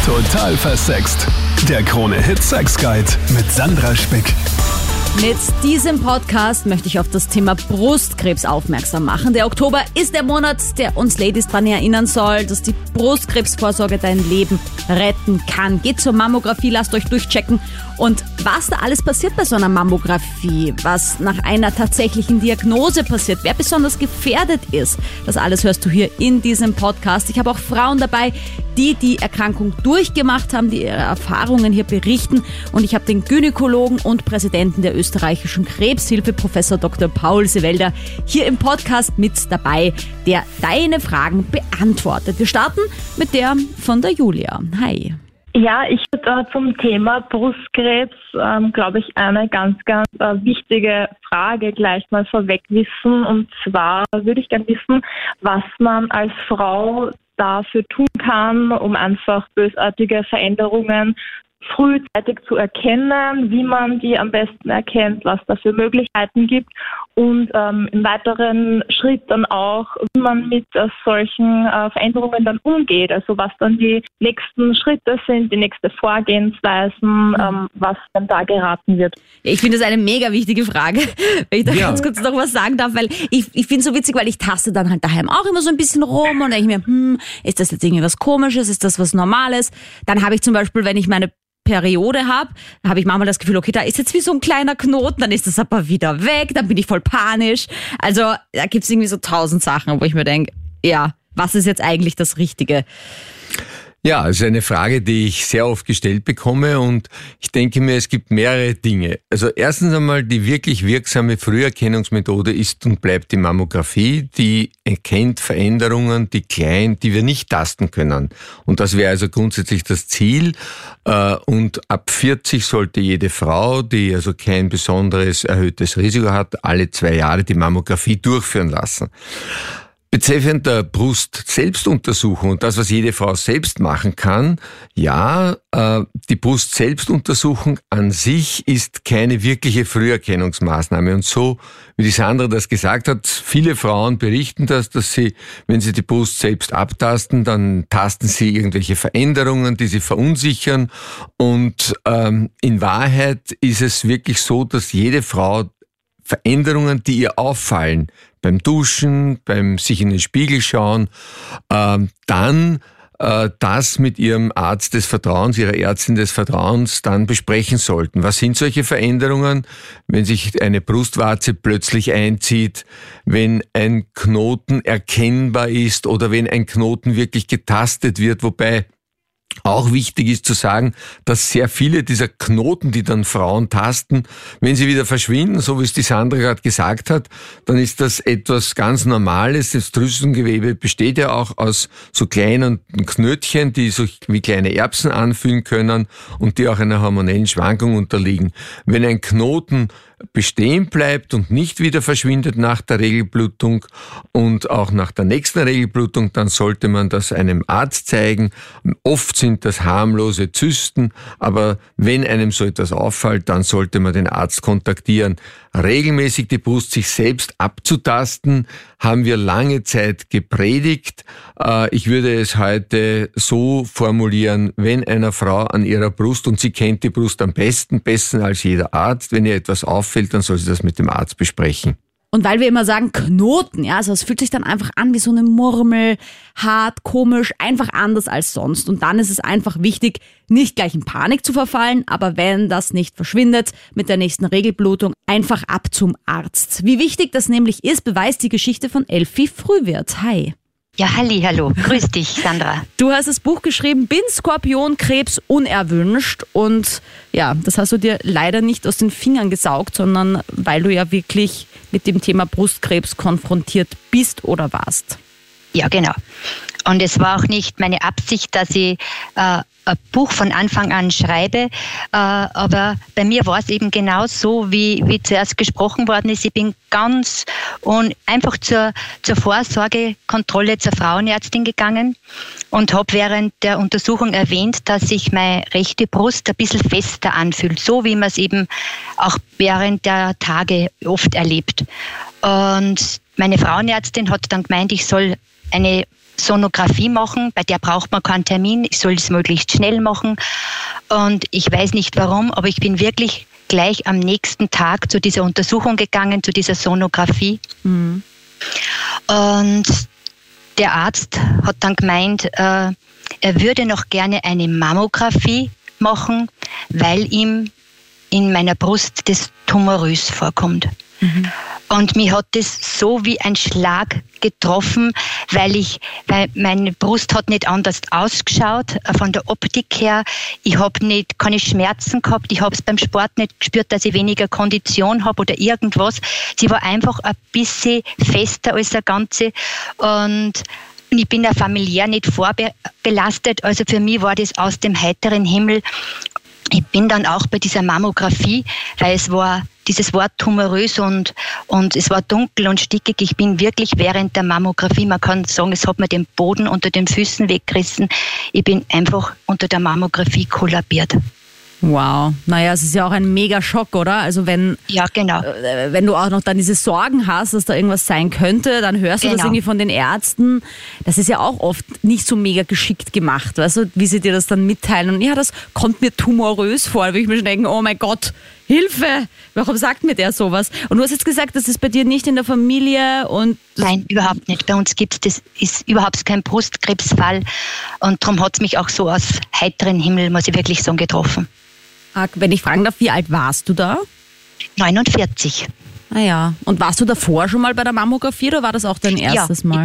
Total versext. Der Krone-Hit Sex Guide mit Sandra Spick. Mit diesem Podcast möchte ich auf das Thema Brustkrebs aufmerksam machen. Der Oktober ist der Monat, der uns Ladies daran erinnern soll, dass die Brustkrebsvorsorge dein Leben retten kann. Geht zur Mammographie, lasst euch durchchecken. Und was da alles passiert bei so einer Mammographie, was nach einer tatsächlichen Diagnose passiert, wer besonders gefährdet ist, das alles hörst du hier in diesem Podcast. Ich habe auch Frauen dabei, die Erkrankung durchgemacht haben, die ihre Erfahrungen hier berichten. Und ich habe den Gynäkologen und Präsidenten der österreichischen Krebshilfe, Professor Dr. Paul Sewelder, hier im Podcast mit dabei, der deine Fragen beantwortet. Wir starten mit der von der Julia. Hi. Ja, ich würde zum Thema Brustkrebs, glaube ich, eine ganz wichtige Frage gleich mal vorweg wissen. Und zwar würde ich gerne wissen, was man als Frau dafür tun kann, um einfach bösartige Veränderungen frühzeitig zu erkennen, wie man die am besten erkennt, was da für Möglichkeiten gibt und im weiteren Schritt dann auch, wie man mit solchen Veränderungen dann umgeht, also was dann die nächsten Schritte sind, die nächste Vorgehensweisen, was dann da geraten wird. Ich finde das eine mega wichtige Frage, wenn ich da ganz kurz noch was sagen darf, weil ich finde es so witzig, weil ich taste dann halt daheim auch immer so ein bisschen rum und denke mir, ist das jetzt irgendwie was Komisches, ist das was Normales? Dann habe ich zum Beispiel, wenn ich meine Periode habe ich manchmal das Gefühl, okay, da ist jetzt wie so ein kleiner Knoten, dann ist das aber wieder weg, dann bin ich voll panisch. Also da gibt es irgendwie so 1000 Sachen, wo ich mir denke, ja, was ist jetzt eigentlich das Richtige? Ja, es ist eine Frage, die ich sehr oft gestellt bekomme und ich denke mir, es gibt mehrere Dinge. Also erstens einmal, die wirklich wirksame Früherkennungsmethode ist und bleibt die Mammographie, die erkennt Veränderungen, die wir nicht tasten können. Und das wäre also grundsätzlich das Ziel. Und ab 40 sollte jede Frau, die also kein besonderes erhöhtes Risiko hat, alle 2 Jahre die Mammographie durchführen lassen. Betreffend der Brust-Selbstuntersuchung und das, was jede Frau selbst machen kann, ja, die Brust-Selbstuntersuchung an sich ist keine wirkliche Früherkennungsmaßnahme. Und so, wie die Sandra das gesagt hat, viele Frauen berichten das, dass sie, wenn sie die Brust selbst abtasten, dann tasten sie irgendwelche Veränderungen, die sie verunsichern. Und in Wahrheit ist es wirklich so, dass jede Frau Veränderungen, die ihr auffallen, beim Duschen, beim sich in den Spiegel schauen, dann das mit ihrem Arzt des Vertrauens, ihrer Ärztin des Vertrauens dann besprechen sollten. Was sind solche Veränderungen? Wenn sich eine Brustwarze plötzlich einzieht, wenn ein Knoten erkennbar ist oder wenn ein Knoten wirklich getastet wird, wobei auch wichtig ist zu sagen, dass sehr viele dieser Knoten, die dann Frauen tasten, wenn sie wieder verschwinden, so wie es die Sandra gerade gesagt hat, dann ist das etwas ganz Normales. Das Drüsengewebe besteht ja auch aus so kleinen Knötchen, die so wie kleine Erbsen anfühlen können und die auch einer hormonellen Schwankung unterliegen. Wenn ein Knoten bestehen bleibt und nicht wieder verschwindet nach der Regelblutung und auch nach der nächsten Regelblutung, dann sollte man das einem Arzt zeigen. Oft sind das harmlose Zysten, aber wenn einem so etwas auffällt, dann sollte man den Arzt kontaktieren. Regelmäßig die Brust sich selbst abzutasten, haben wir lange Zeit gepredigt. Ich würde es heute so formulieren, wenn einer Frau an ihrer Brust, und sie kennt die Brust am besten, besser als jeder Arzt, wenn ihr etwas auffällt, dann soll sie das mit dem Arzt besprechen. Und weil wir immer sagen Knoten, ja, also es fühlt sich dann einfach an wie so eine Murmel, hart, komisch, einfach anders als sonst. Und dann ist es einfach wichtig, nicht gleich in Panik zu verfallen, aber wenn das nicht verschwindet, mit der nächsten Regelblutung einfach ab zum Arzt. Wie wichtig das nämlich ist, beweist die Geschichte von Elfi Frühwirth. Hi. Ja, hallo, grüß dich, Sandra. Du hast das Buch geschrieben, Bin Skorpionkrebs unerwünscht, und ja, das hast du dir leider nicht aus den Fingern gesaugt, sondern weil du ja wirklich mit dem Thema Brustkrebs konfrontiert bist oder warst. Ja, genau. Und es war auch nicht meine Absicht, dass ich ein Buch von Anfang an schreibe, aber bei mir war es eben genau so, wie zuerst gesprochen worden ist. Ich bin ganz und einfach zur Vorsorgekontrolle zur Frauenärztin gegangen und habe während der Untersuchung erwähnt, dass sich meine rechte Brust ein bisschen fester anfühlt, so wie man es eben auch während der Tage oft erlebt. Und meine Frauenärztin hat dann gemeint, ich soll eine Sonographie machen, bei der braucht man keinen Termin, ich soll es möglichst schnell machen und ich weiß nicht warum, aber ich bin wirklich gleich am nächsten Tag zu dieser Untersuchung gegangen, zu dieser Sonographie. Mhm. Und der Arzt hat dann gemeint, er würde noch gerne eine Mammographie machen, weil ihm in meiner Brust das tumorös vorkommt. Mhm. Und mich hat das so wie ein Schlag getroffen, weil meine Brust hat nicht anders ausgeschaut von der Optik her. Ich habe nicht keine Schmerzen gehabt. Ich habe es beim Sport nicht gespürt, dass ich weniger Kondition habe oder irgendwas. Sie war einfach ein bisschen fester als der ganze. Und ich bin ja familiär nicht vorbelastet. Also für mich war das aus dem heiteren Himmel. Ich bin dann auch bei dieser Mammographie, weil es war dieses Wort tumorös und es war dunkel und stickig. Ich bin wirklich während der Mammographie, man kann sagen, es hat mir den Boden unter den Füßen weggerissen. Ich bin einfach unter der Mammographie kollabiert. Wow, naja, es ist ja auch ein mega Schock, oder? Also wenn du auch noch dann diese Sorgen hast, dass da irgendwas sein könnte, dann hörst du das irgendwie von den Ärzten. Das ist ja auch oft nicht so mega geschickt gemacht, weißt du, wie sie dir das dann mitteilen. Und ja, das kommt mir tumorös vor, da will ich mir schon denken, oh mein Gott, Hilfe, warum sagt mir der sowas? Und du hast jetzt gesagt, das ist bei dir nicht in der Familie und... Nein, überhaupt nicht. Bei uns das ist überhaupt kein Brustkrebsfall und darum hat es mich auch so aus heiteren Himmel, muss ich wirklich sagen, getroffen. Wenn ich fragen darf, wie alt warst du da? 49. Ah ja. Und warst du davor schon mal bei der Mammographie oder war das auch dein erstes Mal?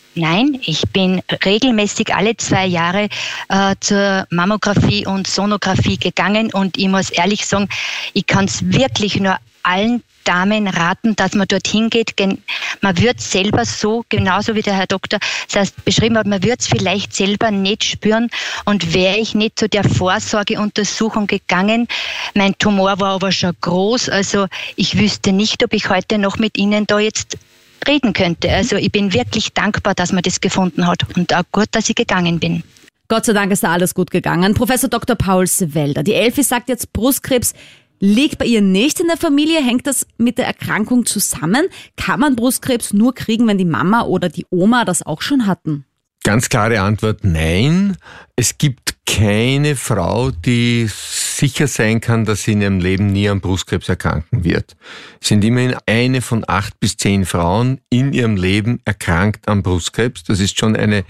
Ich bin regelmäßig alle 2 Jahre zur Mammographie und Sonographie gegangen und ich muss ehrlich sagen, ich kann es wirklich nur allen Damen raten, dass man dorthin geht. Man wird selber so, genauso wie der Herr Doktor beschrieben hat, man wird es vielleicht selber nicht spüren. Und wäre ich nicht zu der Vorsorgeuntersuchung gegangen, mein Tumor war aber schon groß, also ich wüsste nicht, ob ich heute noch mit Ihnen da jetzt reden könnte. Also ich bin wirklich dankbar, dass man das gefunden hat und auch gut, dass ich gegangen bin. Gott sei Dank ist da alles gut gegangen. Professor Dr. Paul Sewelder. Die Elfi sagt jetzt, Brustkrebs liegt bei ihr nicht in der Familie. Hängt das mit der Erkrankung zusammen? Kann man Brustkrebs nur kriegen, wenn die Mama oder die Oma das auch schon hatten? Ganz klare Antwort, nein. Es gibt keine Frau, die sicher sein kann, dass sie in ihrem Leben nie an Brustkrebs erkranken wird. Es sind immerhin eine von 8 bis 10 Frauen in ihrem Leben erkrankt an Brustkrebs. Das ist schon eine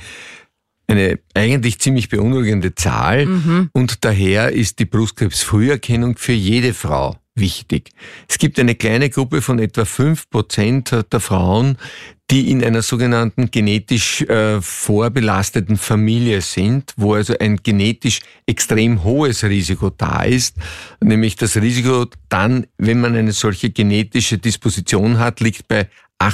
eigentlich ziemlich beunruhigende Zahl. Mhm. Und daher ist die Brustkrebsfrüherkennung für jede Frau wichtig. Es gibt eine kleine Gruppe von etwa 5% der Frauen, die in einer sogenannten genetisch vorbelasteten Familie sind, wo also ein genetisch extrem hohes Risiko da ist. Nämlich das Risiko dann, wenn man eine solche genetische Disposition hat, liegt bei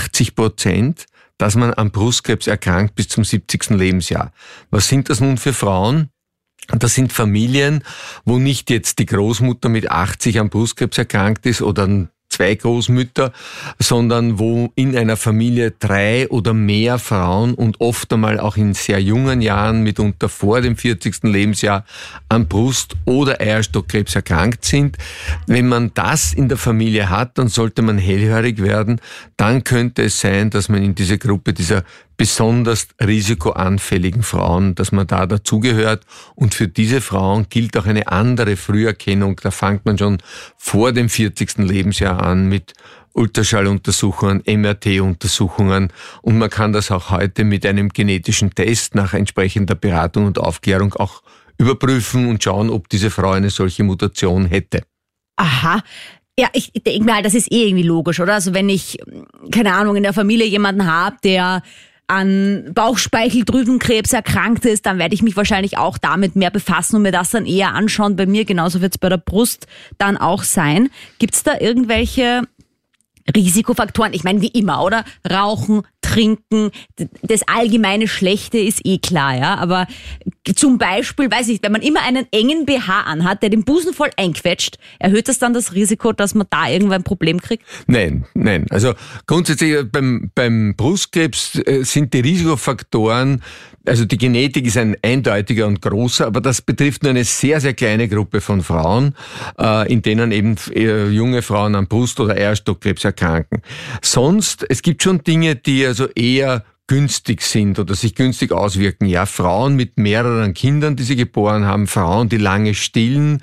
80%. Dass man an Brustkrebs erkrankt bis zum 70. Lebensjahr. Was sind das nun für Frauen? Das sind Familien, wo nicht jetzt die Großmutter mit 80 an Brustkrebs erkrankt ist oder 2 Großmütter, sondern wo in einer Familie 3 oder mehr Frauen und oft einmal auch in sehr jungen Jahren, mitunter vor dem 40. Lebensjahr, an Brust- oder Eierstockkrebs erkrankt sind. Wenn man das in der Familie hat, dann sollte man hellhörig werden. Dann könnte es sein, dass man in diese Gruppe dieser besonders risikoanfälligen Frauen, dass man da dazugehört. Und für diese Frauen gilt auch eine andere Früherkennung. Da fängt man schon vor dem 40. Lebensjahr an mit Ultraschalluntersuchungen, MRT-Untersuchungen und man kann das auch heute mit einem genetischen Test nach entsprechender Beratung und Aufklärung auch überprüfen und schauen, ob diese Frau eine solche Mutation hätte. Aha. Ja, ich denke mir halt, das ist irgendwie logisch, oder? Also wenn ich, keine Ahnung, in der Familie jemanden habe, der an Bauchspeicheldrüsenkrebs erkrankt ist, dann werde ich mich wahrscheinlich auch damit mehr befassen und mir das dann eher anschauen. Bei mir genauso wird es bei der Brust dann auch sein. Gibt es da irgendwelche Risikofaktoren? Ich meine, wie immer, oder? Rauchen, trinken, das allgemeine Schlechte ist eh klar, ja. Aber zum Beispiel, weiß ich, wenn man immer einen engen BH anhat, der den Busen voll einquetscht, erhöht das dann das Risiko, dass man da irgendwann ein Problem kriegt? Nein. Also grundsätzlich beim Brustkrebs sind die Risikofaktoren, also die Genetik ist ein eindeutiger und großer, aber das betrifft nur eine sehr, sehr kleine Gruppe von Frauen, in denen eben junge Frauen an Brust- oder Eierstockkrebs erkranken. Sonst, es gibt schon Dinge, die also eher günstig sind oder sich günstig auswirken. Ja, Frauen mit mehreren Kindern, die sie geboren haben, Frauen, die lange stillen,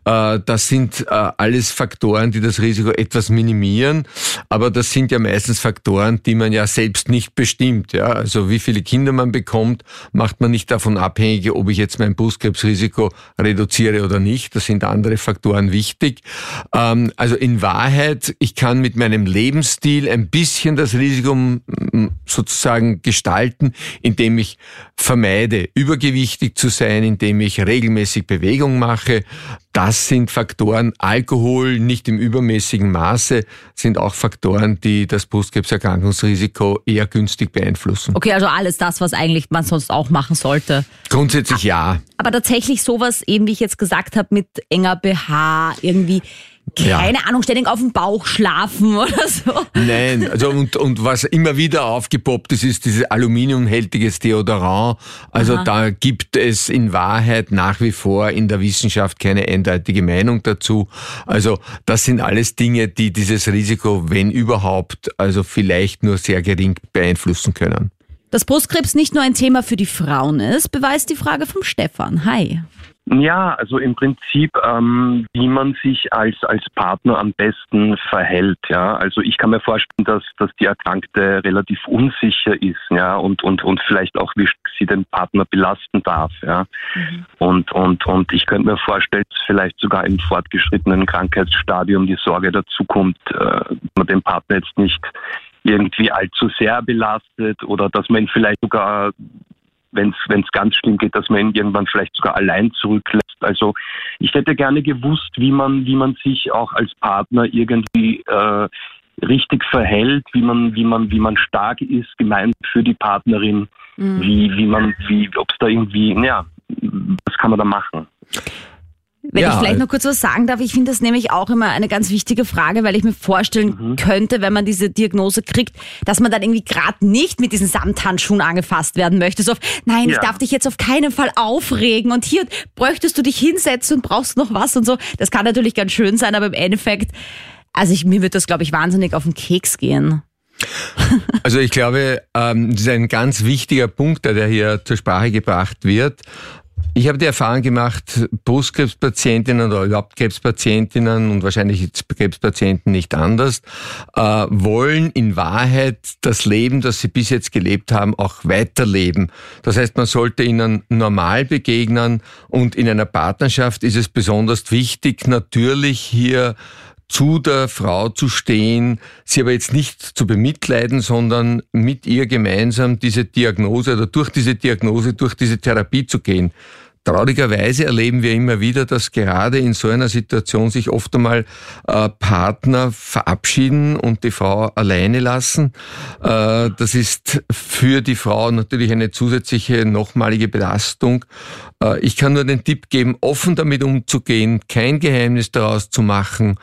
das sind alles Faktoren, die das Risiko etwas minimieren. Aber das sind ja meistens Faktoren, die man ja selbst nicht bestimmt. Ja, also wie viele Kinder man bekommt, macht man nicht davon abhängig, ob ich jetzt mein Brustkrebsrisiko reduziere oder nicht. Das sind andere Faktoren wichtig. Also in Wahrheit, ich kann mit meinem Lebensstil ein bisschen das Risiko sozusagen gestalten, indem ich vermeide, übergewichtig zu sein, indem ich regelmäßig Bewegung mache. Das sind Faktoren. Alkohol nicht im übermäßigen Maße sind auch Faktoren, die das Brustkrebserkrankungsrisiko eher günstig beeinflussen. Okay, also alles das, was eigentlich man sonst auch machen sollte. Grundsätzlich ja. Aber tatsächlich sowas, eben wie ich jetzt gesagt habe, mit enger BH, irgendwie keine Ahnung, ständig auf dem Bauch schlafen oder so. Nein, also und was immer wieder aufgepoppt ist dieses aluminiumhältiges Deodorant. Also da gibt es in Wahrheit nach wie vor in der Wissenschaft keine eindeutige Meinung dazu. Also das sind alles Dinge, die dieses Risiko, wenn überhaupt, also vielleicht nur sehr gering beeinflussen können. Dass Brustkrebs nicht nur ein Thema für die Frauen ist, beweist die Frage vom Stefan. Hi. Ja, also im Prinzip, wie man sich als Partner am besten verhält. Ja, also ich kann mir vorstellen, dass die Erkrankte relativ unsicher ist, ja, und vielleicht auch, wie sie den Partner belasten darf, ja. Und ich könnte mir vorstellen, dass vielleicht sogar im fortgeschrittenen Krankheitsstadium die Sorge dazu kommt, man den Partner jetzt nicht irgendwie allzu sehr belastet oder dass man ihn vielleicht sogar, wenn es ganz schlimm geht, dass man ihn irgendwann vielleicht sogar allein zurücklässt. Also ich hätte gerne gewusst, wie man sich auch als Partner irgendwie richtig verhält, wie man stark ist, gemeinsam für die Partnerin, ob es da irgendwie, was kann man da machen? Wenn ich vielleicht noch kurz was sagen darf, ich finde das nämlich auch immer eine ganz wichtige Frage, weil ich mir vorstellen könnte, wenn man diese Diagnose kriegt, dass man dann irgendwie gerade nicht mit diesen Samthandschuhen angefasst werden möchte. So, nein, ich darf dich jetzt auf keinen Fall aufregen und hier bräuchtest du dich hinsetzen und brauchst noch was und so. Das kann natürlich ganz schön sein, aber im Endeffekt, mir wird das, glaube ich, wahnsinnig auf den Keks gehen. Also ich glaube, das ist ein ganz wichtiger Punkt, der hier zur Sprache gebracht wird. Ich habe die Erfahrung gemacht, Brustkrebspatientinnen oder überhaupt Krebspatientinnen und wahrscheinlich jetzt Krebspatienten nicht anders, wollen in Wahrheit das Leben, das sie bis jetzt gelebt haben, auch weiterleben. Das heißt, man sollte ihnen normal begegnen und in einer Partnerschaft ist es besonders wichtig, natürlich hier zu der Frau zu stehen, sie aber jetzt nicht zu bemitleiden, sondern mit ihr gemeinsam diese Diagnose oder durch diese Diagnose, durch diese Therapie zu gehen. Traurigerweise erleben wir immer wieder, dass gerade in so einer Situation sich oft einmal Partner verabschieden und die Frau alleine lassen. Das ist für die Frau natürlich eine zusätzliche, nochmalige Belastung. Ich kann nur den Tipp geben, offen damit umzugehen, kein Geheimnis daraus zu machen,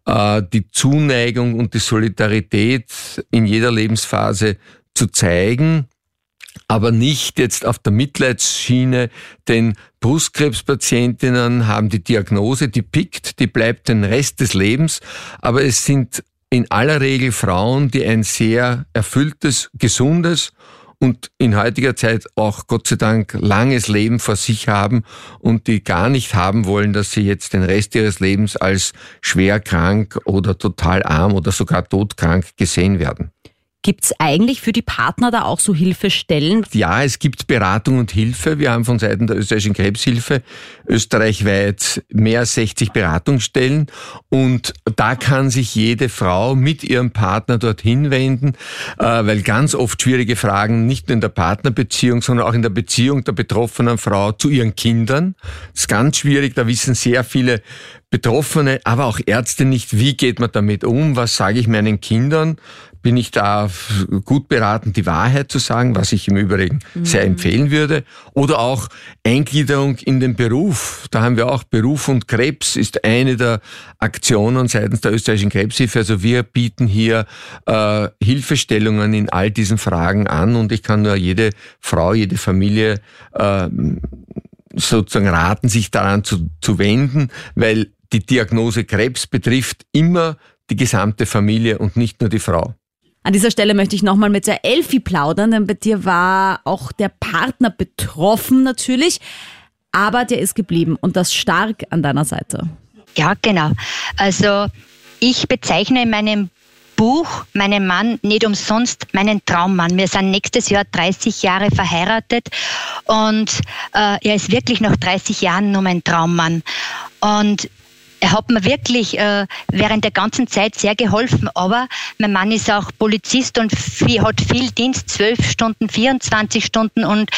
die Zuneigung und die Solidarität in jeder Lebensphase zu zeigen, aber nicht jetzt auf der Mitleidsschiene, denn Brustkrebspatientinnen haben die Diagnose, die pickt, die bleibt den Rest des Lebens, aber es sind in aller Regel Frauen, die ein sehr erfülltes, gesundes und in heutiger Zeit auch Gott sei Dank langes Leben vor sich haben und die gar nicht haben wollen, dass sie jetzt den Rest ihres Lebens als schwer krank oder total arm oder sogar todkrank gesehen werden. Gibt's eigentlich für die Partner da auch so Hilfestellen? Ja, es gibt Beratung und Hilfe. Wir haben von Seiten der österreichischen Krebshilfe österreichweit mehr als 60 Beratungsstellen und da kann sich jede Frau mit ihrem Partner dorthin wenden, weil ganz oft schwierige Fragen nicht nur in der Partnerbeziehung, sondern auch in der Beziehung der betroffenen Frau zu ihren Kindern. Das ist ganz schwierig, da wissen sehr viele Betroffene, aber auch Ärzte nicht, wie geht man damit um, was sage ich meinen Kindern? Bin ich da gut beraten, die Wahrheit zu sagen, was ich im Übrigen sehr empfehlen würde? Oder auch Eingliederung in den Beruf. Da haben wir auch Beruf und Krebs ist eine der Aktionen seitens der österreichischen Krebshilfe. Also wir bieten hier Hilfestellungen in all diesen Fragen an und ich kann nur jede Frau, jede Familie sozusagen raten, sich daran zu wenden, weil die Diagnose Krebs betrifft immer die gesamte Familie und nicht nur die Frau. An dieser Stelle möchte ich nochmal mit der Elfi plaudern, denn bei dir war auch der Partner betroffen natürlich, aber der ist geblieben und das stark an deiner Seite. Ja, genau. Also ich bezeichne in meinem Buch meinen Mann nicht umsonst meinen Traummann. Wir sind nächstes Jahr 30 Jahre verheiratet und er ist wirklich nach 30 Jahren nur mein Traummann. Und er hat mir wirklich während der ganzen Zeit sehr geholfen, aber mein Mann ist auch Polizist und hat viel Dienst, 12 Stunden, 24 Stunden und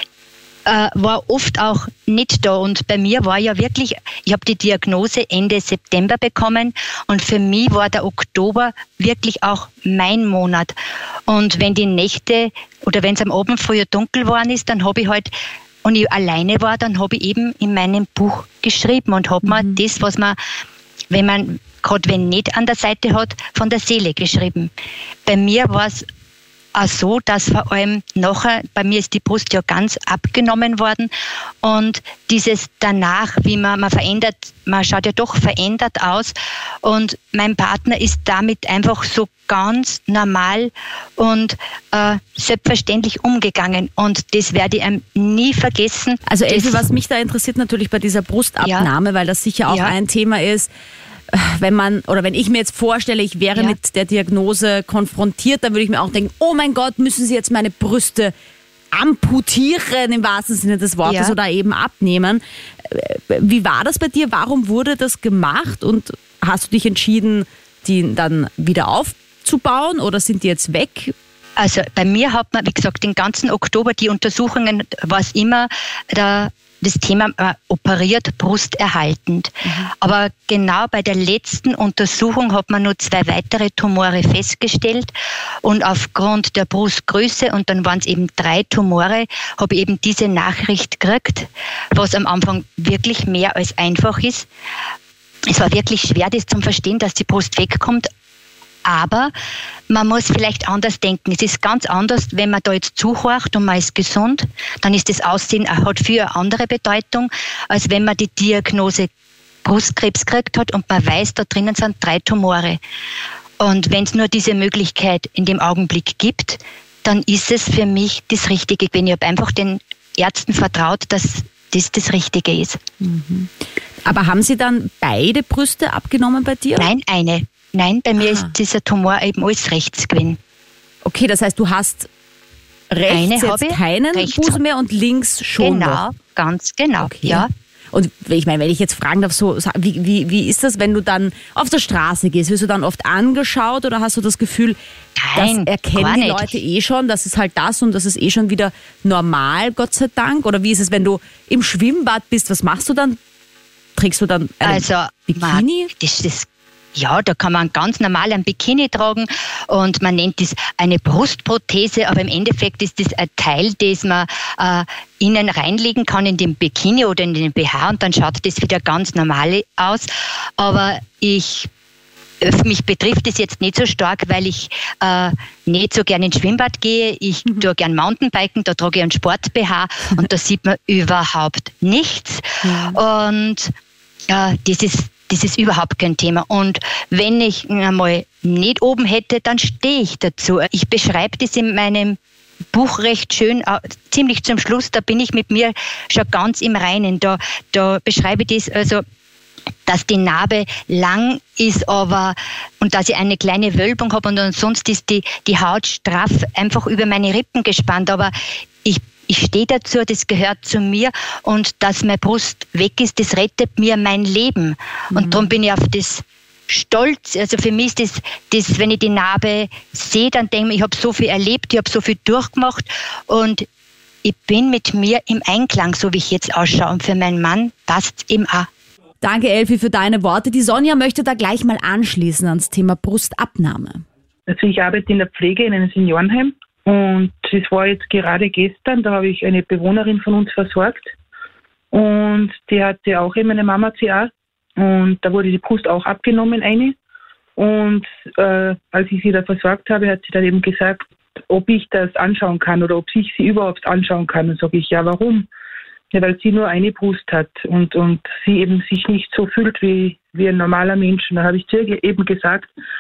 war oft auch nicht da. Und bei mir war ja wirklich, ich habe die Diagnose Ende September bekommen und für mich war der Oktober wirklich auch mein Monat. Und wenn die Nächte oder wenn es am Abend früher dunkel geworden ist, dann habe ich halt und ich alleine war, dann habe ich eben in meinem Buch geschrieben und habe mir das, was man, wenn man gerade wenn nicht an der Seite hat, von der Seele geschrieben. Bei mir war es auch so, dass vor allem nachher, bei mir ist die Brust ja ganz abgenommen worden und dieses danach, wie man verändert, man schaut ja doch verändert aus und mein Partner ist damit einfach so ganz normal und selbstverständlich umgegangen und das werde ich einem nie vergessen. Also Elfi, was mich da interessiert natürlich bei dieser Brustabnahme, weil das sicher auch ein Thema ist, wenn ich mir jetzt vorstelle, ich wäre mit der Diagnose konfrontiert, dann würde ich mir auch denken, oh mein Gott, müssen Sie jetzt meine Brüste amputieren im wahrsten Sinne des Wortes oder eben abnehmen. Wie war das bei dir? Warum wurde das gemacht und hast du dich entschieden, die dann wieder aufzubauen oder sind die jetzt weg? Also bei mir hat man, wie gesagt, den ganzen Oktober die Untersuchungen, war es immer das Thema operiert, brusterhaltend. Aber genau bei der letzten Untersuchung hat man nur 2 weitere Tumore festgestellt und aufgrund der Brustgröße und dann waren es eben 3 Tumore, habe ich eben diese Nachricht gekriegt, was am Anfang wirklich mehr als einfach ist. Es war wirklich schwer, das zu verstehen, dass die Brust wegkommt. Aber man muss vielleicht anders denken. Es ist ganz anders, wenn man da jetzt zuhorcht und man ist gesund, dann ist das Aussehen hat viel eine andere Bedeutung, als wenn man die Diagnose Brustkrebs gekriegt hat und man weiß, da drinnen sind 3 Tumore. Und wenn es nur diese Möglichkeit in dem Augenblick gibt, dann ist es für mich das Richtige. Ich habe einfach den Ärzten vertraut, dass das Richtige ist. Aber haben Sie dann beide Brüste abgenommen bei dir? Nein, eine. Nein, bei mir ist dieser Tumor eben alles rechts gewesen. Okay, das heißt, du hast rechts jetzt keinen Busen mehr und links schon Genau, noch. Ganz genau, okay. ja. Und ich meine, wenn ich jetzt fragen darf, so, wie ist das, wenn du dann auf der Straße gehst? Wirst du dann oft angeschaut oder hast du das Gefühl, Nein, das erkennen die Leute eh schon, das ist halt das und das ist eh schon wieder normal, Gott sei Dank? Oder wie ist es, wenn du im Schwimmbad bist, was machst du dann? Trägst du dann einen Bikini? Ja, da kann man ganz normal ein Bikini tragen und man nennt das eine Brustprothese, aber im Endeffekt ist das ein Teil, das man innen reinlegen kann in den Bikini oder in den BH und dann schaut das wieder ganz normal aus. Aber mich betrifft das jetzt nicht so stark, weil ich nicht so gerne ins Schwimmbad gehe. Ich tue gern Mountainbiken, da trage ich einen Sport-BH und da sieht man überhaupt nichts. Und das ist überhaupt kein Thema. Und wenn ich einmal nicht oben hätte, dann stehe ich dazu. Ich beschreibe das in meinem Buch recht schön, ziemlich zum Schluss, da bin ich mit mir schon ganz im Reinen. Da beschreibe ich das, also, dass die Narbe lang ist, aber und dass ich eine kleine Wölbung habe und ansonsten ist die Haut straff einfach über meine Rippen gespannt. Aber ich stehe dazu, das gehört zu mir und dass meine Brust weg ist, das rettet mir mein Leben. Und darum bin ich auf das stolz. Also für mich ist das, wenn ich die Narbe sehe, dann denke ich, ich habe so viel erlebt, ich habe so viel durchgemacht und ich bin mit mir im Einklang, so wie ich jetzt ausschaue. Und für meinen Mann passt es eben auch. Danke, Elfi, für deine Worte. Die Sonja möchte da gleich mal anschließen ans Thema Brustabnahme. Also ich arbeite in der Pflege in einem Seniorenheim. Und das war jetzt gerade gestern, da habe ich eine Bewohnerin von uns versorgt und die hatte auch eben eine Mama-CA und da wurde die Brust auch abgenommen, eine. Und als ich sie da versorgt habe, hat sie dann eben gesagt, ob ich das anschauen kann oder ob ich sie überhaupt anschauen kann. Und sage ich, ja, warum? Ja, weil sie nur eine Brust hat und sie eben sich nicht so fühlt wie ein normaler Mensch. Und da habe ich zu ihr eben gesagt,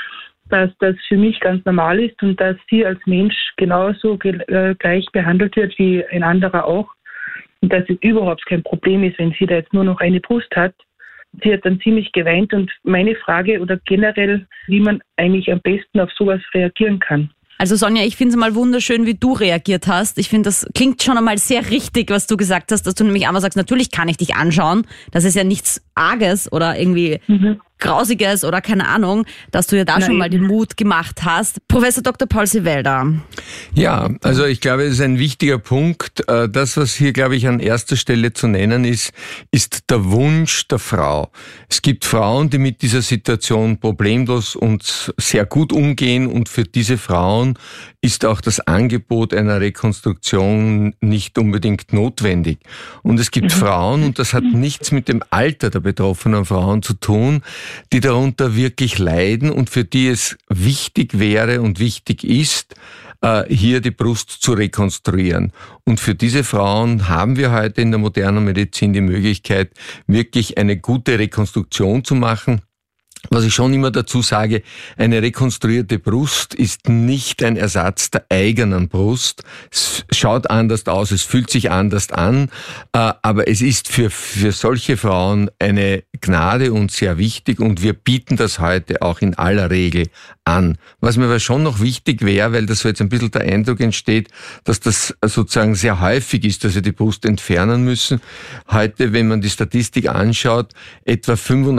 dass das für mich ganz normal ist und dass sie als Mensch genauso gleich behandelt wird wie ein anderer auch. Und dass es überhaupt kein Problem ist, wenn sie da jetzt nur noch eine Brust hat. Sie hat dann ziemlich geweint und meine Frage oder generell, wie man eigentlich am besten auf sowas reagieren kann. Also Sonja, ich finde es mal wunderschön, wie du reagiert hast. Ich finde, das klingt schon einmal sehr richtig, was du gesagt hast, dass du nämlich einmal sagst, natürlich kann ich dich anschauen. Das ist ja nichts Arges oder irgendwie Grausiges oder keine Ahnung, dass du ja da schon mal den Mut gemacht hast. Professor Dr. Paul Sewelder. Ja, also ich glaube, es ist ein wichtiger Punkt. Das, was hier, glaube ich, an erster Stelle zu nennen ist der Wunsch der Frau. Es gibt Frauen, die mit dieser Situation problemlos und sehr gut umgehen und für diese Frauen ist auch das Angebot einer Rekonstruktion nicht unbedingt notwendig. Und es gibt Frauen, und das hat nichts mit dem Alter der betroffenen Frauen zu tun, die darunter wirklich leiden und für die es wichtig wäre und wichtig ist, hier die Brust zu rekonstruieren. Und für diese Frauen haben wir heute in der modernen Medizin die Möglichkeit, wirklich eine gute Rekonstruktion zu machen. Was ich schon immer dazu sage, eine rekonstruierte Brust ist nicht ein Ersatz der eigenen Brust. Es schaut anders aus, es fühlt sich anders an, aber es ist für solche Frauen eine Gnade und sehr wichtig und wir bieten das heute auch in aller Regel an. Was mir aber schon noch wichtig wäre, weil das so jetzt ein bisschen der Eindruck entsteht, dass das sozusagen sehr häufig ist, dass wir die Brust entfernen müssen. Heute, wenn man die Statistik anschaut, etwa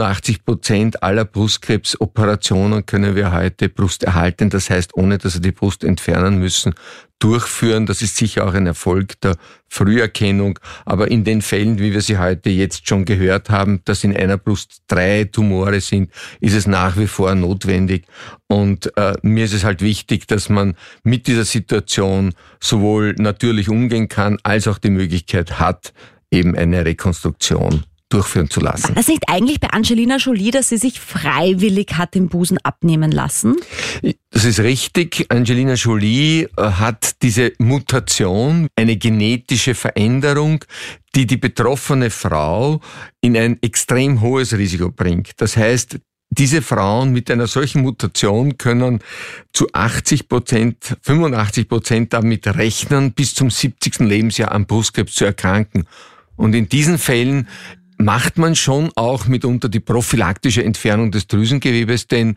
85% aller Brustkrebsoperationen können wir heute brusterhalten, das heißt, ohne dass wir die Brust entfernen müssen, durchführen. Das ist sicher auch ein Erfolg der Früherkennung. Aber in den Fällen, wie wir sie heute jetzt schon gehört haben, dass in einer Brust 3 Tumore sind, ist es nach wie vor notwendig. Und mir ist es halt wichtig, dass man mit dieser Situation sowohl natürlich umgehen kann, als auch die Möglichkeit hat, eben eine Rekonstruktion durchführen zu lassen. War das nicht eigentlich bei Angelina Jolie, dass sie sich freiwillig hat den Busen abnehmen lassen? Das ist richtig. Angelina Jolie hat diese Mutation, eine genetische Veränderung, die die betroffene Frau in ein extrem hohes Risiko bringt. Das heißt, diese Frauen mit einer solchen Mutation können zu 80%, 85% damit rechnen, bis zum 70. Lebensjahr an Brustkrebs zu erkranken. Und in diesen Fällen macht man schon auch mitunter die prophylaktische Entfernung des Drüsengewebes, denn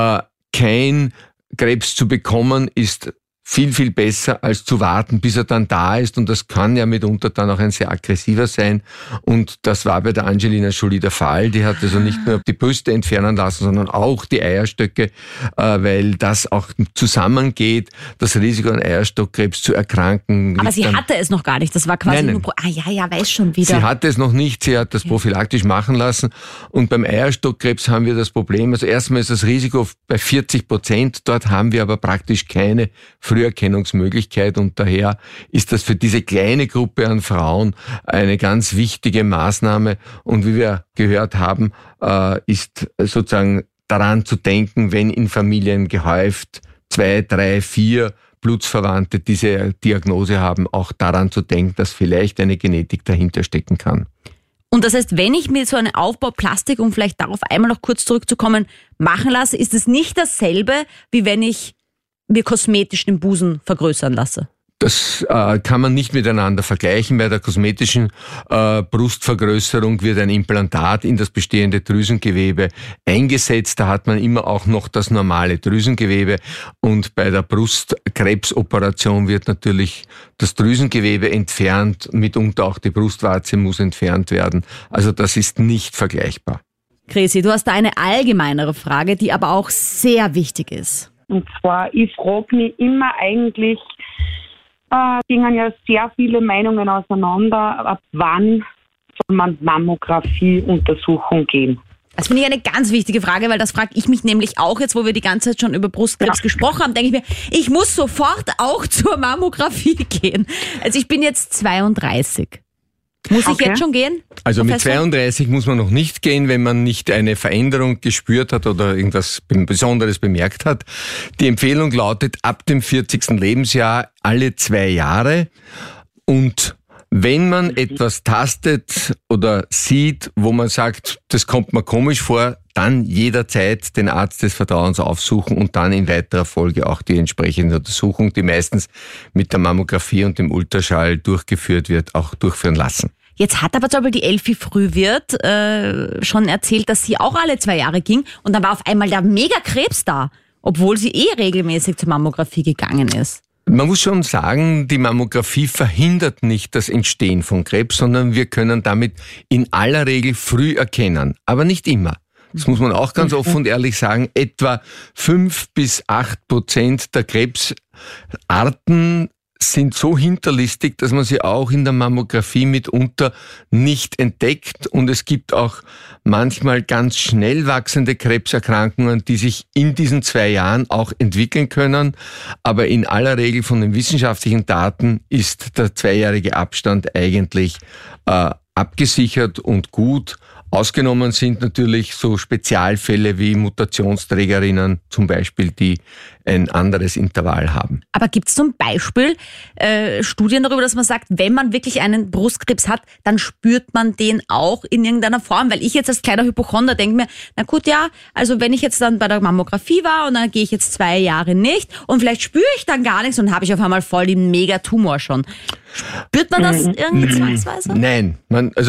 kein Krebs zu bekommen ist viel, viel besser, als zu warten, bis er dann da ist. Und das kann ja mitunter dann auch ein sehr aggressiver sein. Und das war bei der Angelina Jolie der Fall. Die hat also nicht nur die Brüste entfernen lassen, sondern auch die Eierstöcke, weil das auch zusammengeht, das Risiko an Eierstockkrebs zu erkranken. Aber sie hatte es noch gar nicht. Das war quasi Nein. nur... weiß schon wieder. Sie hatte es noch nicht. Sie hat das prophylaktisch machen lassen. Und beim Eierstockkrebs haben wir das Problem. Also erstmal ist das Risiko bei 40%. Dort haben wir aber praktisch keine Früherkennungsmöglichkeit und daher ist das für diese kleine Gruppe an Frauen eine ganz wichtige Maßnahme und wie wir gehört haben, ist sozusagen daran zu denken, wenn in Familien gehäuft 2, 3, 4 Blutsverwandte diese Diagnose haben, auch daran zu denken, dass vielleicht eine Genetik dahinter stecken kann. Und das heißt, wenn ich mir so eine Aufbauplastik, um vielleicht darauf einmal noch kurz zurückzukommen, machen lasse, ist es nicht dasselbe, wie wenn ich mir kosmetisch den Busen vergrößern lasse? Das kann man nicht miteinander vergleichen. Bei der kosmetischen Brustvergrößerung wird ein Implantat in das bestehende Drüsengewebe eingesetzt. Da hat man immer auch noch das normale Drüsengewebe. Und bei der Brustkrebsoperation wird natürlich das Drüsengewebe entfernt. Mitunter auch die Brustwarze muss entfernt werden. Also das ist nicht vergleichbar. Chrissy, du hast da eine allgemeinere Frage, die aber auch sehr wichtig ist. Und zwar, ich frage mich immer eigentlich, gingen ja sehr viele Meinungen auseinander, ab wann soll man Mammographie-Untersuchung gehen? Das finde ich eine ganz wichtige Frage, weil das frage ich mich nämlich auch jetzt, wo wir die ganze Zeit schon über Brustkrebs gesprochen haben, denke ich mir, ich muss sofort auch zur Mammographie gehen. Also ich bin jetzt 32. Muss ich jetzt schon gehen? Also Professor? mit 32 muss man noch nicht gehen, wenn man nicht eine Veränderung gespürt hat oder irgendwas Besonderes bemerkt hat. Die Empfehlung lautet ab dem 40. Lebensjahr alle 2 Jahre und Wenn man etwas tastet oder sieht, wo man sagt, das kommt mir komisch vor, dann jederzeit den Arzt des Vertrauens aufsuchen und dann in weiterer Folge auch die entsprechende Untersuchung, die meistens mit der Mammographie und dem Ultraschall durchgeführt wird, auch durchführen lassen. Jetzt hat aber zum Beispiel die Elfi Frühwirt schon erzählt, dass sie auch alle 2 Jahre ging und dann war auf einmal der Megakrebs da, obwohl sie regelmäßig zur Mammographie gegangen ist. Man muss schon sagen, die Mammographie verhindert nicht das Entstehen von Krebs, sondern wir können damit in aller Regel früh erkennen, aber nicht immer. Das muss man auch ganz offen und ehrlich sagen. Etwa 5-8% der Krebsarten sind so hinterlistig, dass man sie auch in der Mammographie mitunter nicht entdeckt. Und es gibt auch manchmal ganz schnell wachsende Krebserkrankungen, die sich in diesen 2 Jahren auch entwickeln können. Aber in aller Regel von den wissenschaftlichen Daten ist der 2-jährige Abstand eigentlich abgesichert und gut. Ausgenommen sind natürlich so Spezialfälle wie Mutationsträgerinnen zum Beispiel, die ein anderes Intervall haben. Aber gibt es zum Beispiel Studien darüber, dass man sagt, wenn man wirklich einen Brustkrebs hat, dann spürt man den auch in irgendeiner Form? Weil ich jetzt als kleiner Hypochonder denke mir, na gut, ja, also wenn ich jetzt dann bei der Mammographie war und dann gehe ich jetzt 2 Jahre nicht und vielleicht spüre ich dann gar nichts und habe ich auf einmal voll den Megatumor schon. Spürt man das irgendwie zwangsweise? Nein,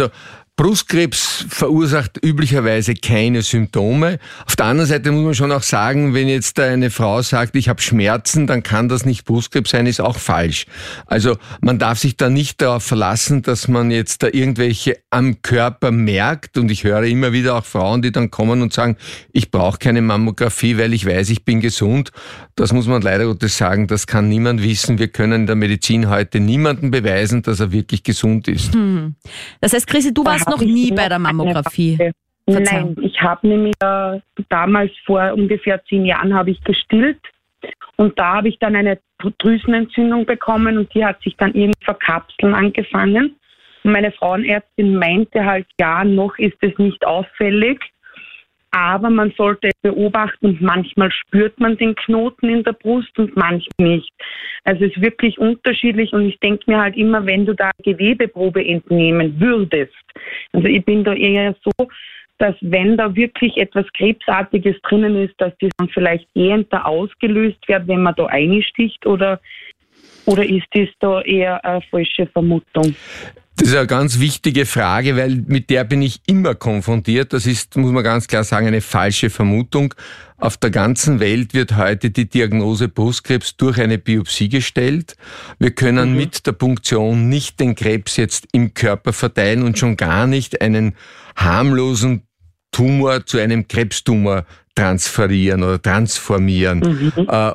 Brustkrebs verursacht üblicherweise keine Symptome. Auf der anderen Seite muss man schon auch sagen, wenn jetzt eine Frau sagt, ich habe Schmerzen, dann kann das nicht Brustkrebs sein, ist auch falsch. Also man darf sich da nicht darauf verlassen, dass man jetzt da irgendwelche am Körper merkt. Und ich höre immer wieder auch Frauen, die dann kommen und sagen, ich brauche keine Mammographie, weil ich weiß, ich bin gesund. Das muss man leider Gottes sagen, das kann niemand wissen. Wir können in der Medizin heute niemandem beweisen, dass er wirklich gesund ist. Das heißt, Chrissy, du warst noch nie bei der Mammographie? Nein, ich habe nämlich damals vor ungefähr 10 Jahren habe ich gestillt und da habe ich dann eine Drüsenentzündung bekommen und die hat sich dann irgendwie verkapseln angefangen. Und meine Frauenärztin meinte halt, ja, noch ist es nicht auffällig, aber man sollte es beobachten und manchmal spürt man den Knoten in der Brust und manchmal nicht. Also es ist wirklich unterschiedlich und ich denke mir halt immer, wenn du da Gewebeprobe entnehmen würdest, also ich bin da eher so, dass wenn da wirklich etwas Krebsartiges drinnen ist, dass das dann vielleicht eher ausgelöst wird, wenn man da einsticht oder ist das da eher eine falsche Vermutung? Das ist eine ganz wichtige Frage, weil mit der bin ich immer konfrontiert. Das ist, muss man ganz klar sagen, eine falsche Vermutung. Auf der ganzen Welt wird heute die Diagnose Brustkrebs durch eine Biopsie gestellt. Wir können mit der Punktion nicht den Krebs jetzt im Körper verteilen und schon gar nicht einen harmlosen Tumor zu einem Krebstumor transferieren oder transformieren.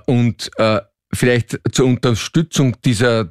Vielleicht zur Unterstützung dieser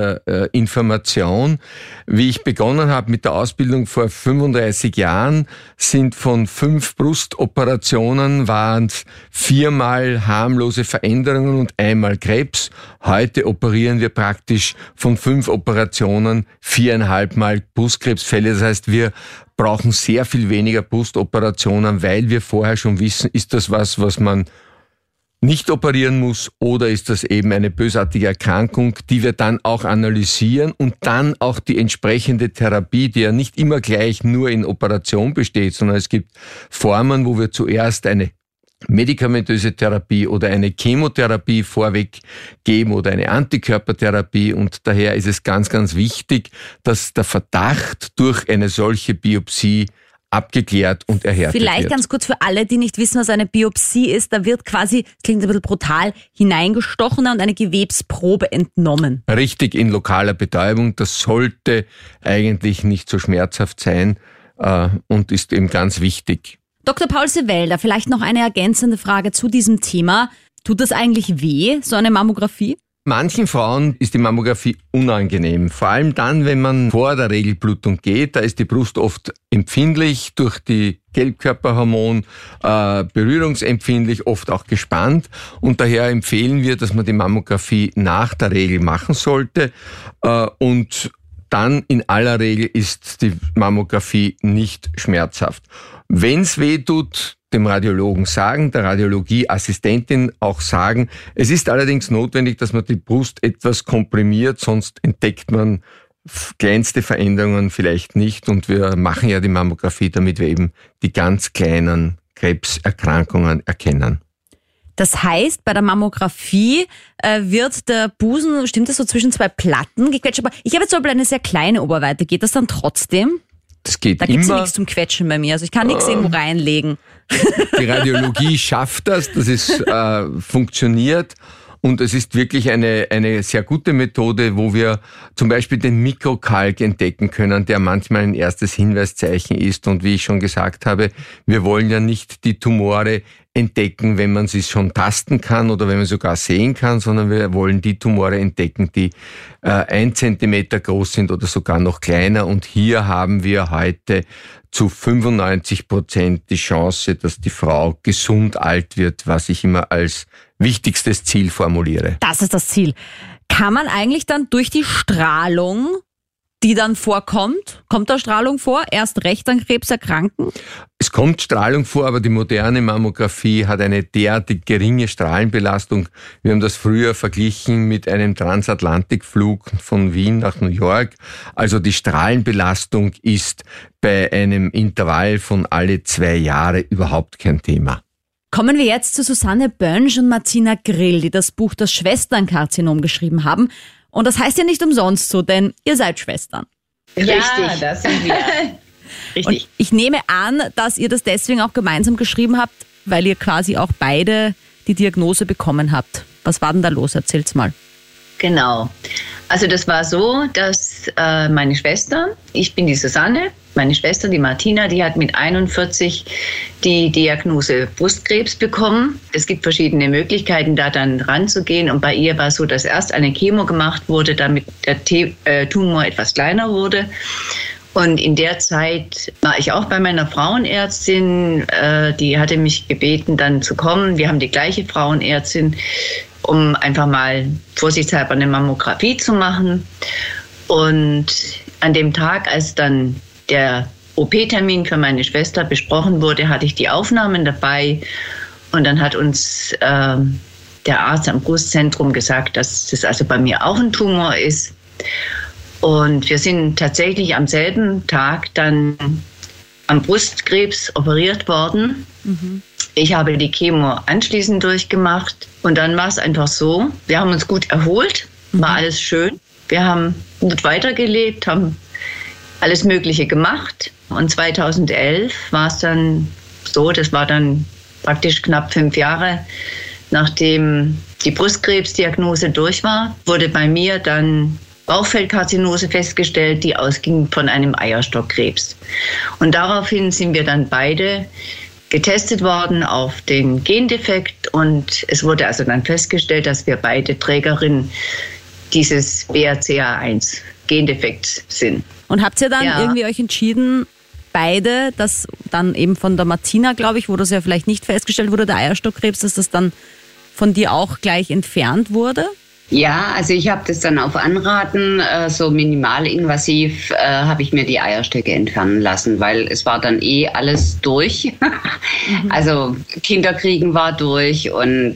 Information. Wie ich begonnen habe mit der Ausbildung vor 35 Jahren, sind von 5 Brustoperationen waren es 4-mal harmlose Veränderungen und 1-mal Krebs. Heute operieren wir praktisch von 5 Operationen 4,5-mal Brustkrebsfälle. Das heißt, wir brauchen sehr viel weniger Brustoperationen, weil wir vorher schon wissen, ist das was man nicht operieren muss oder ist das eben eine bösartige Erkrankung, die wir dann auch analysieren und dann auch die entsprechende Therapie, die ja nicht immer gleich nur in Operation besteht, sondern es gibt Formen, wo wir zuerst eine medikamentöse Therapie oder eine Chemotherapie vorweg geben oder eine Antikörpertherapie und daher ist es ganz, ganz wichtig, dass der Verdacht durch eine solche Biopsie abgeklärt und erhärtet wird. Vielleicht ganz kurz für alle, die nicht wissen, was eine Biopsie ist. Da wird quasi, das klingt ein bisschen brutal, hineingestochen und eine Gewebsprobe entnommen. Richtig, in lokaler Betäubung. Das sollte eigentlich nicht so schmerzhaft sein und ist eben ganz wichtig. Dr. Paul Sewelder, vielleicht noch eine ergänzende Frage zu diesem Thema. Tut das eigentlich weh, so eine Mammographie? Manchen Frauen ist die Mammographie unangenehm. Vor allem dann, wenn man vor der Regelblutung geht, da ist die Brust oft empfindlich durch die Gelbkörperhormon, berührungsempfindlich, oft auch gespannt. Und daher empfehlen wir, dass man die Mammographie nach der Regel machen sollte. Und dann in aller Regel ist die Mammographie nicht schmerzhaft. Wenn es weh tut, dem Radiologen sagen, der Radiologieassistentin auch sagen. Es ist allerdings notwendig, dass man die Brust etwas komprimiert, sonst entdeckt man kleinste Veränderungen vielleicht nicht. Und wir machen ja die Mammographie, damit wir eben die ganz kleinen Krebserkrankungen erkennen. Das heißt, bei der Mammographie wird der Busen, stimmt das, so zwischen zwei Platten gequetscht? Aber ich habe jetzt zum Beispiel eine sehr kleine Oberweite. Geht das dann trotzdem? Das geht da gibt es immer. Nichts zum Quetschen bei mir. Also ich kann nichts irgendwo reinlegen. Die Radiologie schafft das ist funktioniert. Und es ist wirklich eine sehr gute Methode, wo wir zum Beispiel den Mikrokalk entdecken können, der manchmal ein erstes Hinweiszeichen ist. Und wie ich schon gesagt habe, wir wollen ja nicht die Tumore entdecken, wenn man sie schon tasten kann oder wenn man sogar sehen kann, sondern wir wollen die Tumore entdecken, die 1 Zentimeter groß sind oder sogar noch kleiner. Und hier haben wir heute zu 95% die Chance, dass die Frau gesund alt wird, was ich immer als wichtigstes Ziel formuliere. Das ist das Ziel. Kann man eigentlich dann durch die Strahlung, die dann vorkommt, kommt da Strahlung vor, erst recht an Krebs erkranken? Es kommt Strahlung vor, aber die moderne Mammographie hat eine derartig geringe Strahlenbelastung. Wir haben das früher verglichen mit einem Transatlantikflug von Wien nach New York. Also die Strahlenbelastung ist bei einem Intervall von alle 2 Jahre überhaupt kein Thema. Kommen wir jetzt zu Susanne Bönsch und Martina Grill, die das Buch Das Schwesternkarzinom geschrieben haben. Und das heißt ja nicht umsonst so, denn ihr seid Schwestern. Ja, richtig. Das sind wir. Richtig. Und ich nehme an, dass ihr das deswegen auch gemeinsam geschrieben habt, weil ihr quasi auch beide die Diagnose bekommen habt. Was war denn da los? Erzählt's mal. Genau. Also das war so, dass meine Schwester, ich bin die Susanne, meine Schwester, die Martina, die hat mit 41 die Diagnose Brustkrebs bekommen. Es gibt verschiedene Möglichkeiten, da dann ranzugehen. Und bei ihr war es so, dass erst eine Chemo gemacht wurde, damit der Tumor etwas kleiner wurde. Und in der Zeit war ich auch bei meiner Frauenärztin. Die hatte mich gebeten, dann zu kommen. Wir haben die gleiche Frauenärztin, um einfach mal vorsichtshalber eine Mammographie zu machen. Und an dem Tag, als dann der OP-Termin für meine Schwester besprochen wurde, hatte ich die Aufnahmen dabei. Und dann hat uns der Arzt am Brustzentrum gesagt, dass das also bei mir auch ein Tumor ist. Und wir sind tatsächlich am selben Tag dann am Brustkrebs operiert worden. Mhm. Ich habe die Chemo anschließend durchgemacht. Und dann war es einfach so, wir haben uns gut erholt, war alles schön. Wir haben gut weitergelebt, haben alles Mögliche gemacht. Und 2011 war es dann so, das war dann praktisch knapp 5 Jahre, nachdem die Brustkrebsdiagnose durch war, wurde bei mir dann Bauchfeldkarzinose festgestellt, die ausging von einem Eierstockkrebs. Und daraufhin sind wir dann beide getestet worden auf den Gendefekt und es wurde also dann festgestellt, dass wir beide Trägerin dieses BRCA1 Gendefekts sind. Und habt ihr dann irgendwie euch entschieden, beide, dass dann eben von der Martina, glaube ich, wo das ja vielleicht nicht festgestellt wurde, der Eierstockkrebs, dass das dann von dir auch gleich entfernt wurde? Ja, also ich habe das dann auf Anraten, so minimalinvasiv, habe ich mir die Eierstöcke entfernen lassen, weil es war dann alles durch. Also Kinderkriegen war durch und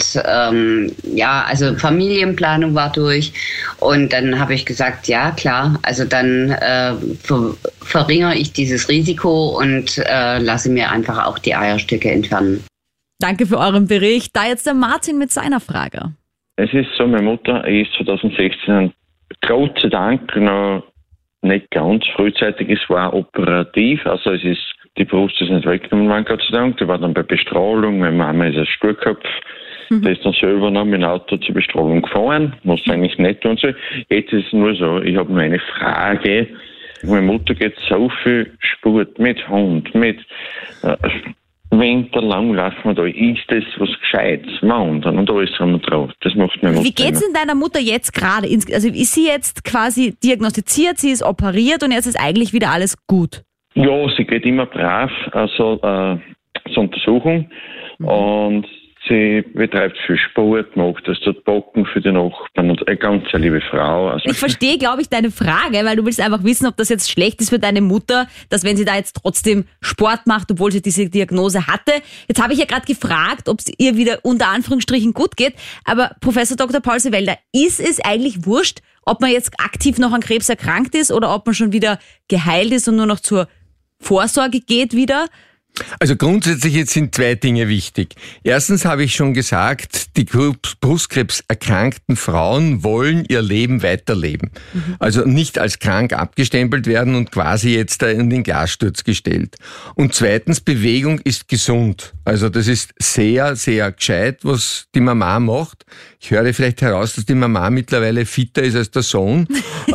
also Familienplanung war durch. Und dann habe ich gesagt, ja klar, also dann verringere ich dieses Risiko und lasse mir einfach auch die Eierstöcke entfernen. Danke für euren Bericht. Da jetzt der Martin mit seiner Frage. Es ist so, meine Mutter ist 2016 Gott sei Dank noch nicht ganz frühzeitig, es war operativ, also die Brust ist nicht weggenommen worden, Gott sei Dank, die war dann bei Bestrahlung, meine Mama ist ein Sturkopf, der ist dann selber noch mit dem Auto zur Bestrahlung gefahren, was eigentlich nicht tun soll. Jetzt ist es nur so, ich habe nur eine Frage, meine Mutter geht so viel Sport mit Hund, mit winterlang laufen wir da, ist das was Gescheites, wandern und alles haben wir drauf. Das macht meine Mutter. Wie geht's denn deiner Mutter jetzt gerade? Also ist sie jetzt quasi diagnostiziert, sie ist operiert und jetzt ist eigentlich wieder alles gut? Ja, sie geht immer brav zur Untersuchung und Sie betreibt viel Sport, macht das dort Backen für die Nachbarn und eine ganz liebe Frau. Also ich verstehe, glaube ich, deine Frage, weil du willst einfach wissen, ob das jetzt schlecht ist für deine Mutter, dass wenn sie da jetzt trotzdem Sport macht, obwohl sie diese Diagnose hatte. Jetzt habe ich ja gerade gefragt, ob es ihr wieder unter Anführungsstrichen gut geht, aber Professor Dr. Paul Sewelder, ist es eigentlich wurscht, ob man jetzt aktiv noch an Krebs erkrankt ist oder ob man schon wieder geheilt ist und nur noch zur Vorsorge geht wieder? Also grundsätzlich jetzt sind 2 Dinge wichtig. Erstens habe ich schon gesagt, die brustkrebserkrankten Frauen wollen ihr Leben weiterleben. Also nicht als krank abgestempelt werden und quasi jetzt da in den Glassturz gestellt. Und zweitens, Bewegung ist gesund. Also das ist sehr, sehr gescheit, was die Mama macht. Ich höre vielleicht heraus, dass die Mama mittlerweile fitter ist als der Sohn.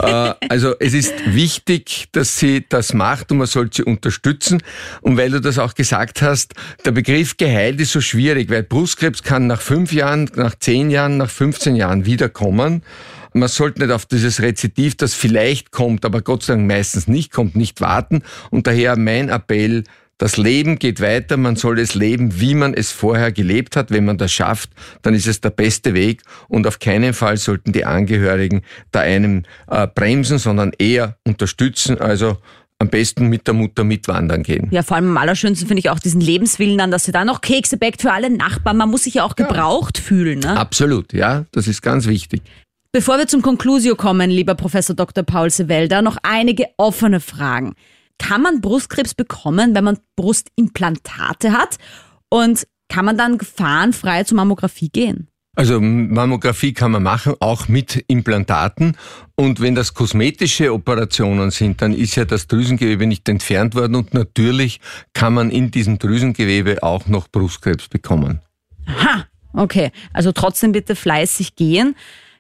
Also es ist wichtig, dass sie das macht und man sollte sie unterstützen. Und weil du das auch gesagt hast, der Begriff geheilt ist so schwierig, weil Brustkrebs kann nach 5 Jahren, nach 10 Jahren, nach 15 Jahren wiederkommen. Man sollte nicht auf dieses Rezidiv, das vielleicht kommt, aber Gott sei Dank meistens nicht kommt, nicht warten. Und daher mein Appell, das Leben geht weiter, man soll es leben, wie man es vorher gelebt hat. Wenn man das schafft, dann ist es der beste Weg und auf keinen Fall sollten die Angehörigen da einem bremsen, sondern eher unterstützen, also am besten mit der Mutter mitwandern gehen. Ja, vor allem am allerschönsten finde ich auch diesen Lebenswillen dann, dass sie da noch Kekse bäckt für alle Nachbarn. Man muss sich ja auch gebraucht fühlen. Ne? Absolut, ja, das ist ganz wichtig. Bevor wir zum Conclusio kommen, lieber Professor Dr. Paul Sewelder, noch einige offene Fragen. Kann man Brustkrebs bekommen, wenn man Brustimplantate hat? Und kann man dann gefahrenfrei zur Mammographie gehen? Also Mammographie kann man machen, auch mit Implantaten. Und wenn das kosmetische Operationen sind, dann ist ja das Drüsengewebe nicht entfernt worden. Und natürlich kann man in diesem Drüsengewebe auch noch Brustkrebs bekommen. Aha, okay. Also trotzdem bitte fleißig gehen.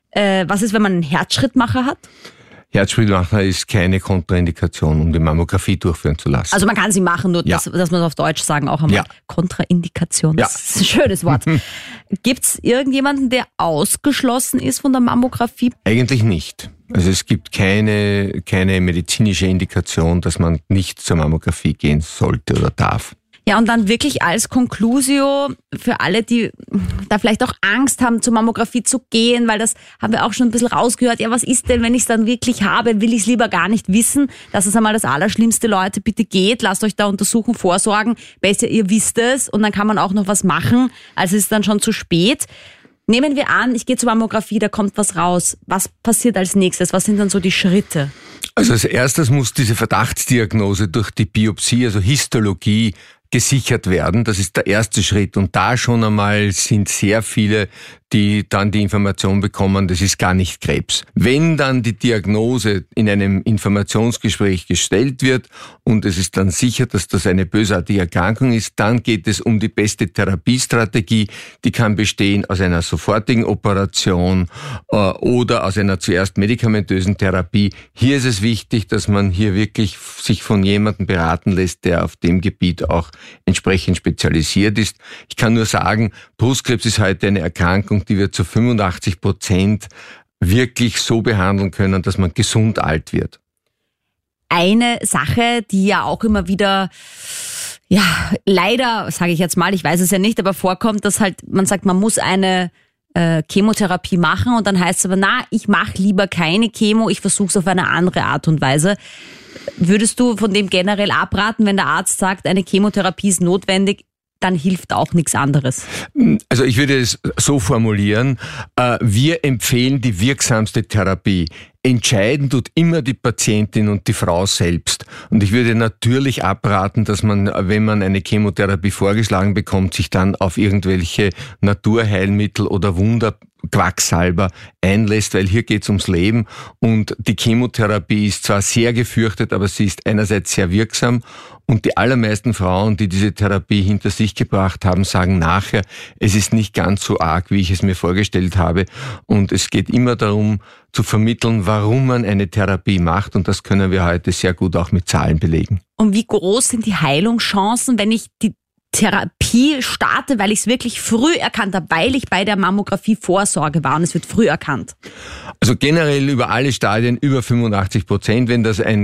Was ist, wenn man einen Herzschrittmacher hat? Herzschrittmacher ist keine Kontraindikation, um die Mammographie durchführen zu lassen. Also man kann sie machen, nur dass wir es auf Deutsch sagen auch einmal. Ja. Kontraindikation, das ist ein schönes Wort. Gibt es irgendjemanden, der ausgeschlossen ist von der Mammographie? Eigentlich nicht. Also es gibt keine medizinische Indikation, dass man nicht zur Mammographie gehen sollte oder darf. Ja, und dann wirklich als Conclusio für alle, die da vielleicht auch Angst haben, zur Mammographie zu gehen, weil das haben wir auch schon ein bisschen rausgehört. Ja, was ist denn, wenn ich es dann wirklich habe? Will ich es lieber gar nicht wissen? Das ist einmal das Allerschlimmste, Leute. Bitte geht, lasst euch da untersuchen, vorsorgen. Besser, ihr wisst es und dann kann man auch noch was machen. Also ist es dann schon zu spät. Nehmen wir an, ich gehe zur Mammographie, da kommt was raus. Was passiert als nächstes? Was sind dann so die Schritte? Also als erstes muss diese Verdachtsdiagnose durch die Biopsie, also Histologie, gesichert werden. Das ist der erste Schritt. Und da schon einmal sind sehr viele, die dann die Information bekommen, das ist gar nicht Krebs. Wenn dann die Diagnose in einem Informationsgespräch gestellt wird und es ist dann sicher, dass das eine bösartige Erkrankung ist, dann geht es um die beste Therapiestrategie. Die kann bestehen aus einer sofortigen Operation oder aus einer zuerst medikamentösen Therapie. Hier ist es wichtig, dass man hier wirklich sich von jemandem beraten lässt, der auf dem Gebiet auch entsprechend spezialisiert ist. Ich kann nur sagen, Brustkrebs ist heute eine Erkrankung, die wir zu 85% wirklich so behandeln können, dass man gesund alt wird. Eine Sache, die ja auch immer wieder, ja, leider, sage ich jetzt mal, ich weiß es ja nicht, aber vorkommt, dass halt man sagt, man muss eine Chemotherapie machen und dann heißt es aber, na, ich mache lieber keine Chemo, ich versuche es auf eine andere Art und Weise. Würdest du von dem generell abraten, wenn der Arzt sagt, eine Chemotherapie ist notwendig, dann hilft auch nichts anderes? Also ich würde es so formulieren, wir empfehlen die wirksamste Therapie. Entscheiden tut immer die Patientin und die Frau selbst. Und ich würde natürlich abraten, dass man, wenn man eine Chemotherapie vorgeschlagen bekommt, sich dann auf irgendwelche Naturheilmittel oder Wunderquacksalber einlässt, weil hier geht es ums Leben. Und die Chemotherapie ist zwar sehr gefürchtet, aber sie ist einerseits sehr wirksam. Und die allermeisten Frauen, die diese Therapie hinter sich gebracht haben, sagen nachher, es ist nicht ganz so arg, wie ich es mir vorgestellt habe. Und es geht immer darum, zu vermitteln, warum man eine Therapie macht. Und das können wir heute sehr gut auch mit Zahlen belegen. Und wie groß sind die Heilungschancen, wenn ich die Therapie starte, weil ich es wirklich früh erkannt habe, weil ich bei der Mammographie Vorsorge war und es wird früh erkannt? Also generell über alle Stadien über 85%. Wenn das ein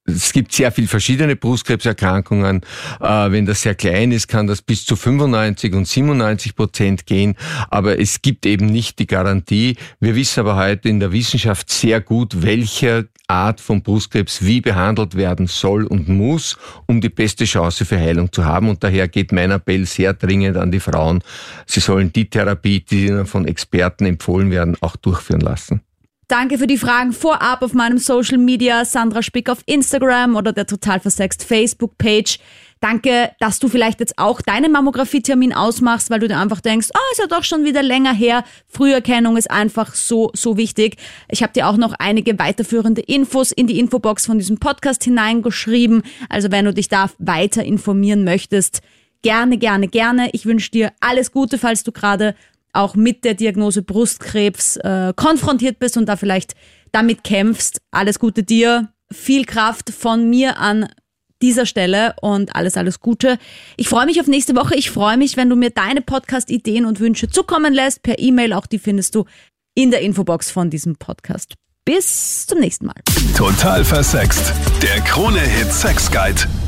Es gibt sehr viel verschiedene Brustkrebserkrankungen. Wenn das sehr klein ist, kann das bis zu 95 und 97% gehen. Aber es gibt eben nicht die Garantie. Wir wissen aber heute in der Wissenschaft sehr gut, welche Art von Brustkrebs wie behandelt werden soll und muss, um die beste Chance für Heilung zu haben. Und daher geht mein Appell sehr dringend an die Frauen. Sie sollen die Therapie, die ihnen von Experten empfohlen werden, auch durchführen lassen. Danke für die Fragen vorab auf meinem Social Media, Sandra Spick auf Instagram oder der Total Versext Facebook-Page. Danke, dass du vielleicht jetzt auch deinen Mammographie-Termin ausmachst, weil du dir einfach denkst, ist ja doch schon wieder länger her. Früherkennung ist einfach so wichtig. Ich habe dir auch noch einige weiterführende Infos in die Infobox von diesem Podcast hineingeschrieben. Also wenn du dich da weiter informieren möchtest, gerne. Ich wünsche dir alles Gute, falls du gerade auch mit der Diagnose Brustkrebs konfrontiert bist und da vielleicht damit kämpfst. Alles Gute dir, viel Kraft von mir an dieser Stelle und alles Gute. Ich freue mich auf nächste Woche. Ich freue mich, wenn du mir deine Podcast-Ideen und Wünsche zukommen lässt per E-Mail. Auch die findest du in der Infobox von diesem Podcast. Bis zum nächsten Mal. Total versext. Der Krone-Hit Sex Guide.